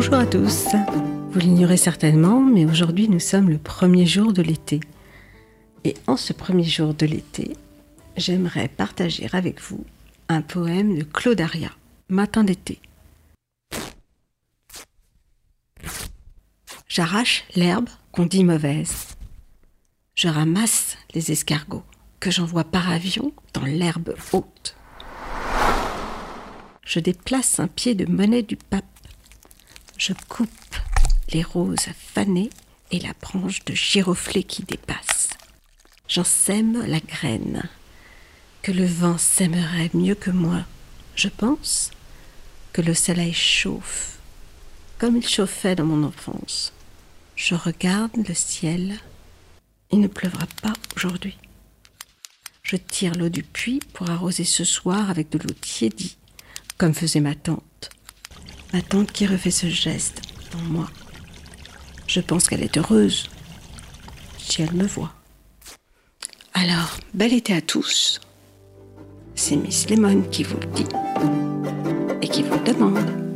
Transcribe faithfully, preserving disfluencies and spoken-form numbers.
Bonjour à tous. Vous l'ignorez certainement, mais aujourd'hui nous sommes le premier jour de l'été. Et en ce premier jour de l'été, j'aimerais partager avec vous un poème de Claude Aria, Matin d'été. J'arrache l'herbe qu'on dit mauvaise. Je ramasse les escargots que j'envoie par avion dans l'herbe haute. Je déplace un pied de monnaie du pape. Je coupe les roses fanées et la branche de giroflée qui dépasse. J'en sème la graine, que le vent sèmerait mieux que moi. Je pense que le soleil chauffe, comme il chauffait dans mon enfance. Je regarde le ciel, il ne pleuvra pas aujourd'hui. Je tire l'eau du puits pour arroser ce soir avec de l'eau tiédie, comme faisait ma tante. Ma tante qui refait ce geste dans moi. Je pense qu'elle est heureuse, si elle me voit. Alors, bel été à tous. C'est Miss Lemon qui vous le dit et qui vous le demande.